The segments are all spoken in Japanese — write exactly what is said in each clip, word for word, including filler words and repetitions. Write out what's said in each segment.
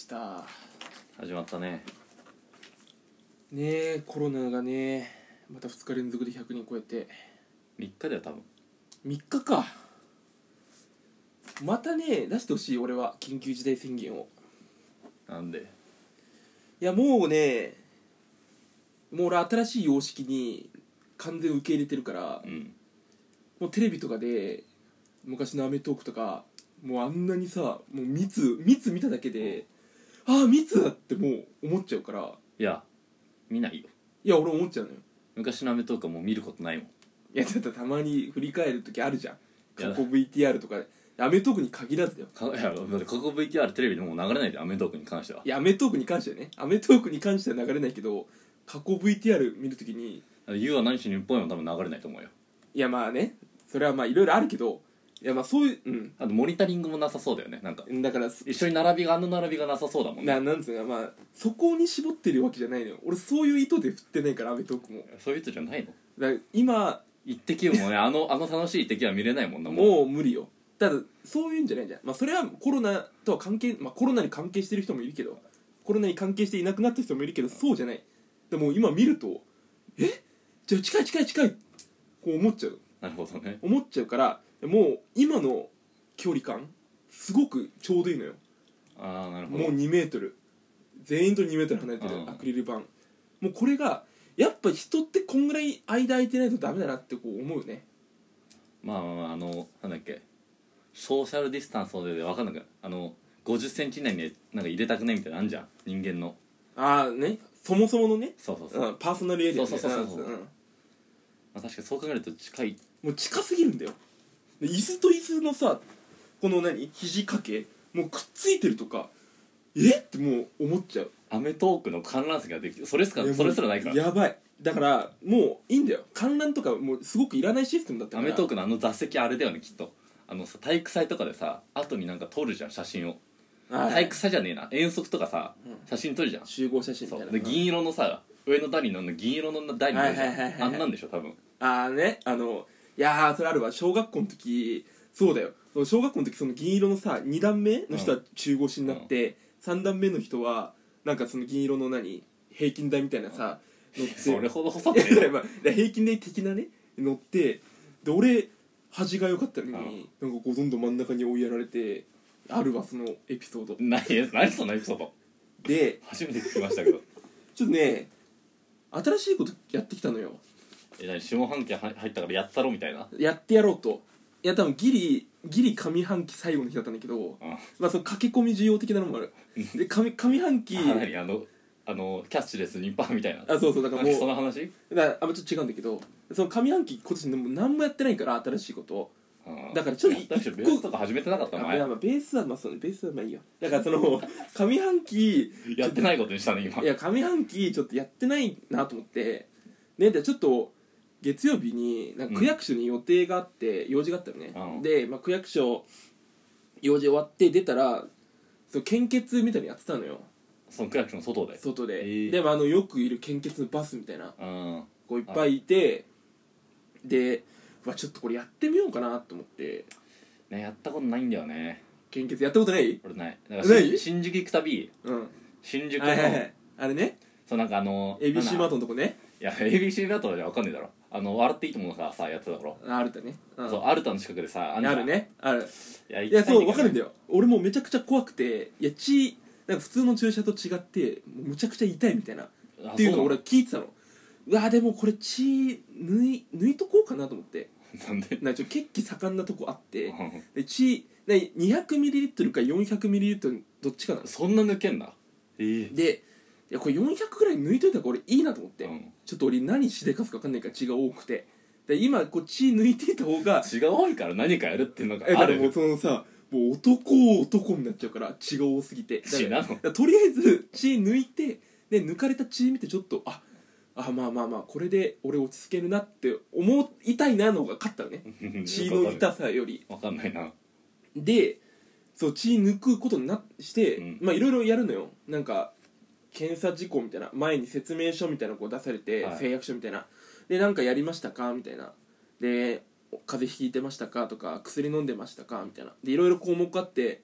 した始まったね。 ねえ。コロナがねまたふつか連続でひゃくにん超えてみっかだよ多分。 みっかか。またね出してほしい。俺は緊急事態宣言を。 なんでいやもうねもう俺新しい様式に完全受け入れてるから、 うん。 もうテレビとかで昔のアメトーークとかもうあんなにさもう密密見ただけで、ああ密だってもう思っちゃうから。 いや見ないよ。 いや俺思っちゃうのよ。 昔のアメトーークはもう見ることないもん。 いやだってたまに振り返る時あるじゃん。 いや過去 ブイティーアール とかでアメトーークに限らずだよ。 かいやだって過去 ブイティーアール テレビでもう流れないで、アメトーークに関しては。 いやアメトーークに関してはねアメトーークに関しては流れないけど、過去 ブイティーアール 見るときにユーは何しに日本へも多分流れないと思うよ。 いやまあねそれはまあいろいろあるけど、いやまあそういううんあとモニタリングもなさそうだよね。なんかだから一緒に並びがあの並びがなさそうだもんね。 ななんつうのまあそこに絞ってるわけじゃないのよ。俺そういう意図で振ってないからアメトーークも。 そういう人じゃないの。 だから今一滴もねあのあの楽しい一滴は見れないもんな。もうもう無理よ。ただそういうんじゃないじゃん。まあそれはコロナとは関係、まあコロナに関係してる人もいるけど、コロナに関係していなくなった人もいるけど、そうじゃない。でも今見るとえじゃあ近い近い近いこう思っちゃうなるほどね。 思っちゃうから、もう今の距離感すごくちょうどいいのよ。 ああなるほど。 もうにメートル全員とにメートル離れてるうんアクリル板。もうこれがやっぱ人ってこんぐらい間空いてないとダメだなってこう思うよね。 まあまあまああのなんだっけソーシャルディスタンスで分かんなくあのごじゅっセンチ以内になんか入れたくないみたいなのあんじゃん人間の。 ああねそもそものね、 そうそうそう、 うん、パーソナルエリアみたいなそうそうそうそううんまあ、確かにそう考えると近い。 もう近すぎるんだよ。で椅子と椅子のさこの何肘掛けもうくっついてるとかえってもう思っちゃう。 アメトーークの観覧席ができるそれすかいやそれすらないから。 やばい。だからもういいんだよ。観覧とかもうすごくいらないシステムだったから。 アメトークのあの座席あれだよねきっと。あのさ体育祭とかでさ後になんか撮るじゃん写真を。 はい体育祭じゃねえな遠足とかさ、 うん写真撮るじゃん。 集合写真みそたいうな。 で銀色のさ上の段に乗るの銀色の台に乗るじゃん、 はいはいはいはいあんなんでしょ多分。 ああねあのいやーそれあるわ。小学校の時そうだよ。小学校の時その銀色のさに段目の人は中腰になって、うん、さん段目の人はなんかその銀色の何平均台みたいなさ、 うん、 乗ってそれほど細くねえまあ、平均台的なね乗ってで俺端が良かったのに、うん、なんかこうどんどん真ん中に追いやられてあるわそのエピソード。 何何そのエピソードで初めて聞きましたけどちょっとね新しいことやってきたのよ。 え何下半期入ったからやったろみたいな。 やってやろうと。いや多分ギリギリ上半期最後の日だったんだけど、 うん、 まあその駆け込み需要的なのもあるで 上, 上半期あ何あのあのキャッシュレスにパーみたいな。 あそうそうだからもうその話だからあちょっと違うんだけど、その上半期今年でも何もやってないから新しいことだからちょっとやったしベースとか始めてなかったの前。 いやまあベースはまあそうねベースはまあいいよ。だからその上半期やってないことにしたね今。 いや上半期ちょっとやってないなと思ってね。でちょっと月曜日になんか区役所に予定があって、うん、用事があったのね、うん、で、まあ、区役所用事終わって出たらその献血みたいなのやってたのよ。 その区役所の外で外で、 えー、 でもあのよくいる献血のバスみたいな、 うん、 こういっぱいいてでうわちょっとこれやってみようかなと思ってね。やったことないんだよね献血。やったことない？ 俺ないだから新新宿行くたび、 うん、 新宿の、 はいはいはい、あれねそうなんかあのエービーシー マートのとこね。 いや エービーシー マートじゃ分かんねえだろ。あの笑っていいと思うからさやってた頃あるだね、 うん、そうアルタの近くでさあるねある。 いやいやそう分かるんだよ。俺もめちゃくちゃ怖くていや血なんか普通の注射と違ってもうむちゃくちゃ痛いみたいなっていうのを俺は聞いてたの。うわでもこれ血抜い抜いとこうかなと思って。 なんでなんかちょっと血気盛んなとこあってで血で にひゃくミリリットル か よんひゃくミリリットル どっちかなの。 そんな抜けんだ。えー、 でいやこれよんひゃくぐらい抜いといたから俺いいなと思って、うん、ちょっと俺何しでかすか分かんないから血が多くてで今こう血抜いていた方が血が多いから何かやるっていうのがある。 えだからもうそのさもう男男になっちゃうから血が多すぎて血なのとりあえず血抜いてで抜かれた血見てちょっとああまあまあまあこれで俺落ち着けるなって思いたいなのが勝ったのね血の痛さより分かんないな。 でそう血抜くことになして、うん、まあいろいろやるのよ。なんか検査事項みたいな前に説明書みたいなのこう出されて、はい、誓約書みたいなでなんかやりましたかみたいなで風邪ひいてましたかとか薬飲んでましたかみたいなでいろいろ項目あって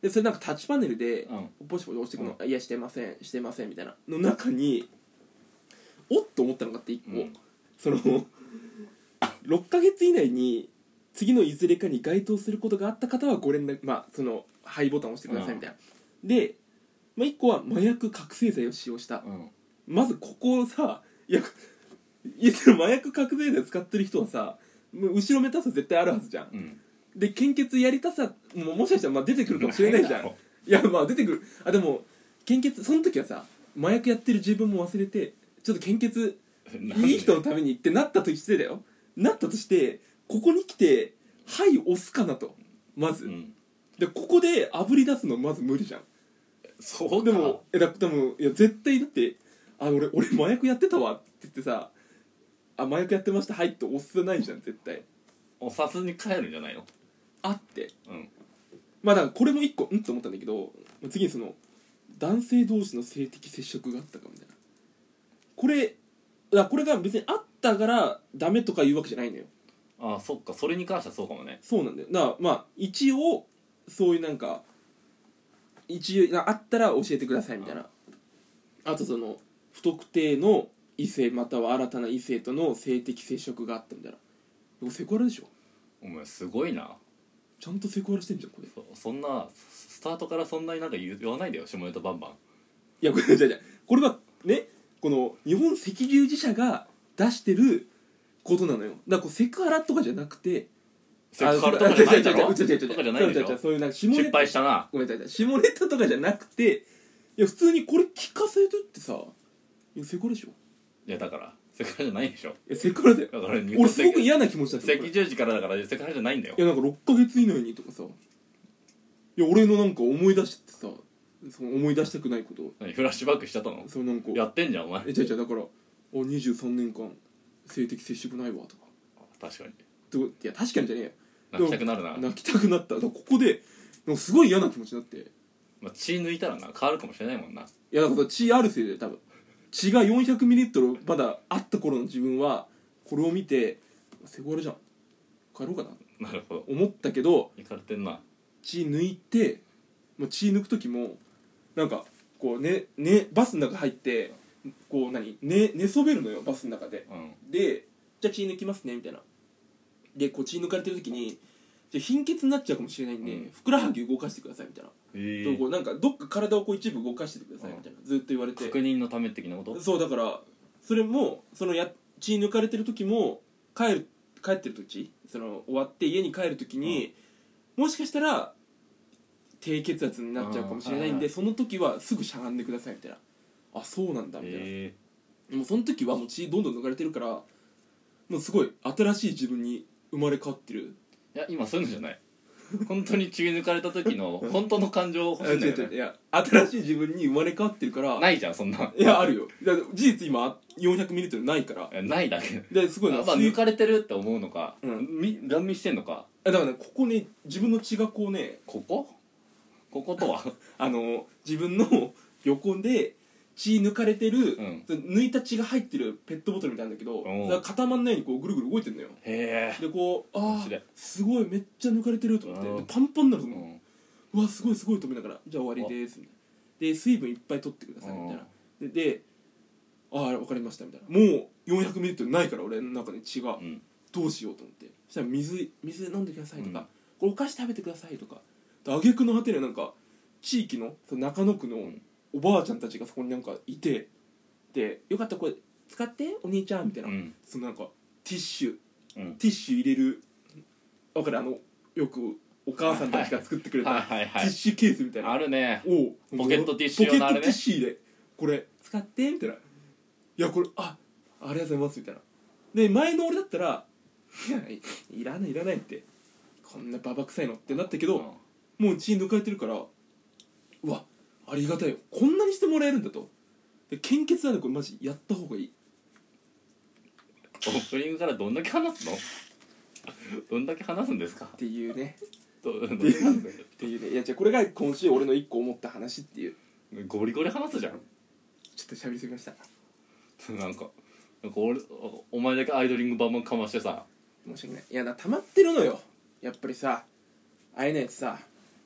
でそれなんかタッチパネルでうんポチポチ押してくの、 ういやしてませんしてませんみたいなの中におっと思ったのがあっていっこ、 うんそのろっかげつ以内に次のいずれかに該当することがあった方はご連絡、まあそのハイボタンを押してくださいみたいな、で、まあ、いっこは麻薬覚醒剤を使用した、 うんまずここをさいやいや麻薬覚醒剤使ってる人はさもう後ろめたさ絶対あるはずじゃん、 うんで献血やりたさももしかしたらまあ出てくるかもしれないじゃんいやまあ出てくるあでも献血その時はさ麻薬やってる自分も忘れてちょっと献血いい人のためにってなったとしてだよなったとしてここに来て「はい」押すかなとまず、 うん、 でここであぶり出すのまず無理じゃんそうかでもえだでもいや絶対だってあ俺俺麻薬やってたわって言ってさあ麻薬やってましたはいって押すないじゃん絶対お札に帰るんじゃないのあってうんまあだからこれも一個うんと思ったんだけど次にその男性同士の性的接触があったかみたいなこれだこれが別にあったからダメとか言うわけじゃないのよああそっかそれに関してはそうかもねそうなんだよだからまあ一応そういうなんか一応あったら教えてくださいみたいなあとその不特定の異性または新たな異性との性的接触があったみたいなセクハラでしょお前すごいなちゃんとセクハラしてんじゃんこれいそそんなスタートからそんなになんか言言わないでよ下ネタバンバンやこれじゃじゃこれはねこの日本赤十字社が出してることなのよだからこうセクハラとかじゃなくてセクハラとかじゃないだろとかじゃないでしょそういうなんか下ネタ失敗したなごめんなさい下ネタとかじゃなくていや普通にこれ聞かせるってさいやセクハラでしょいやだからセクハラじゃないでしょいやセクハラだよだから俺すごく嫌な気持ちだった赤十字からだからセクハラじゃないんだよいやなんかろっかげつ以内にとかさいや俺のなんか思い出してさその思い出したくないこと何フラッシュバックしちゃったのそのなんかやってんじゃんお前え違う違うだからあにじゅうさんねんかん性的接触ないわとか確かにといや確かにじゃねえよ泣きたくなるな、 泣きたくなっただからここでなんかすごい嫌な気持ちになっていまあ、血抜いたらな変わるかもしれないもんなやだから血あるせいで多分血が よんひゃくミリリットル まだあった頃の自分はこれを見てセクハラじゃん帰ろうかななるほど思ったけどいかれてんな血抜いて、まあ、血抜く時もなんかこうねねバスの中入ってこう何ね寝そべるのよバスの中でうんでじゃあ血抜きますねみたいなでこう血抜かれてる時にじゃあ貧血になっちゃうかもしれないんで、うん、ふくらはぎ動かしてくださいみたいな、 えー、 こうなんかどっか体をこう一部動かしててくださいみたいな、うん、ずっと言われて確認のため的なことそうだからそれもそのや血抜かれてる時も帰る帰ってる時その終わって家に帰る時に、うん、もしかしたら低血圧になっちゃうかもしれないんでその時はすぐしゃがんでくださいみたいなあそうなんだみたいな、えー、もうその時はもう血どんどん抜かれてるからもうすごい新しい自分に生まれ変わってるいや今そういうのじゃない本当に血抜かれた時の本当の感情を欲しいんだよねいや新しい自分に生まれ変わってるからないじゃんそんないやあるよだ事実今 よんひゃくミリリットル ないからいやないだけですごいな、 まあ、抜かれてるって思うのか、 うん、 みガン見してんのかだからねここね自分の血がこうねこここことはあの自分の横で血抜かれてる、うん、抜いた血が入ってるペットボトルみたいなんだけど固まんないようにこうぐるぐる動いてんのよへえでこうああすごいめっちゃ抜かれてると思ってパンパンになると思う、うん、うわすごいすごいと思いながらじゃあ終わりですみたいなで水分いっぱい取ってくださいみたいなででああ分かりましたみたいなもう よんひゃくミリリットル ないから俺の中に血が、うん、どうしようと思ってそしたら水水飲んでくださいとか、うん、これお菓子食べてくださいとか挙句の果てにはなんか地域のその中野区のおばあちゃんたちがそこになんかいてでよかったらこれ使ってお兄ちゃんみたいな、うん、そのなんかティッシュ、うん、ティッシュ入れるわかるあのよくお母さんたちが作ってくれたティッシュケースみたいなあるねおポケットティッシュ用のあれねポケットティッシュでこれ使ってみたいないやこれあありがとうございますみたいなで前の俺だったらいや い, いらないいらないってこんなババ臭いのってなったけど、うん、もう血抜かれてるからうわありがたいよこんなにしてもらえるんだとで献血はねこれマジやった方がいいオープニングからどんだけ話すのどんだけ話すんですかっていうねどどんだけ話すっていうねいやじゃあこれが今週俺の一個思った話っていうゴリゴリ話すじゃんちょっと喋りすぎましたなんかなんか俺お前だけアイドリング版もかましてさ申し訳ないいやな溜まってるのよやっぱりさああいうのやつさ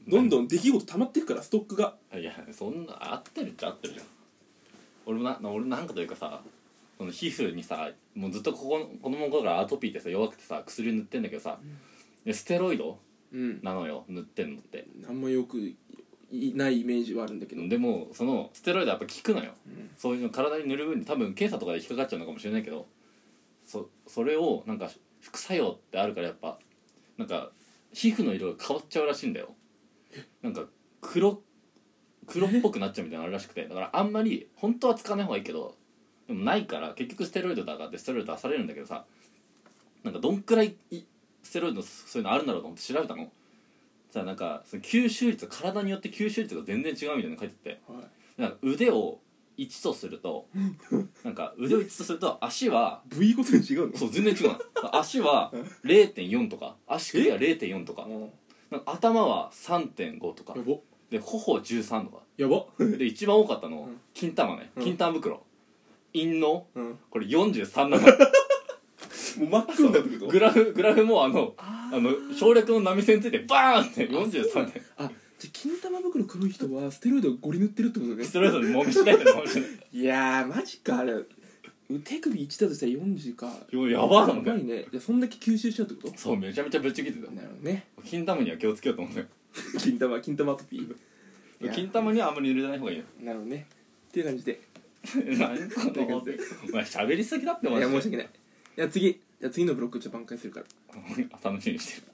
どんどん出来事溜まっていくからストックが。 いやそんな合ってるっちゃ合ってるじゃん。俺もな俺なんかというかさ、その皮膚にさもうずっとここ子供の頃からアトピーってさ弱くてさ薬塗ってんだけどさ、でステロイドうんなのよ塗ってんのって。 あんまよくいないイメージはあるんだけど、 でもそのステロイドやっぱ効くのよ、 うん、 そういうの体に塗る分に多分検査とかで引っかかっちゃうのかもしれないけど、そそれをなんか副作用ってあるからやっぱなんか皮膚の色が変わっちゃうらしいんだよ。なんか黒黒っぽくなっちゃうみたいなのあるらしくて、だからあんまり本当は使わない方がいいけど、でもないから結局ステロイドだからってステロイド出されるんだけどさ、なんかどんくらいステロイドそういうのあるんだろうと思って調べたの。さあなんかその吸収率、体によって吸収率が全然違うみたいなの書いてて、はい、なんか腕をいちとするとなんか腕をいちとすると足は部位ごとに違うの。 そう全然違うの。足は れいてんよん とか足首は れいてんよん とか、なんか頭は さんてんご とかやばで頬じゅうさんとかやばで一番多かったの、うん、金玉ね、うん、金玉袋陰嚢、うん、これよんじゅうさんなの。 もう真っ黒になってくるとグラフグラフもあのあの省略の波線ついてバーンってよんじゅうさんてん。 あ、じゃあ金玉袋黒い人はステロイドゴリ塗ってるってことね。 ステロイドでもみしないってのかもしれない。 いやーマジか。あれ手首いちだとしたらよんじゅうか。 やばいのかやばいね。じゃあそんだけ吸収しちゃうってこと。 そうめちゃめちゃぶっちぎってた。 なるほどね。 金玉には気をつけようと思うね。 金玉金玉アトピー金玉にはあんまり塗らない方がいいよ。 なるほどねっていう感じで何このお前喋りすぎだってマジで。 いや申し訳ない。いや次じゃあ次のブロックちょっと挽回するから楽しみにしてる。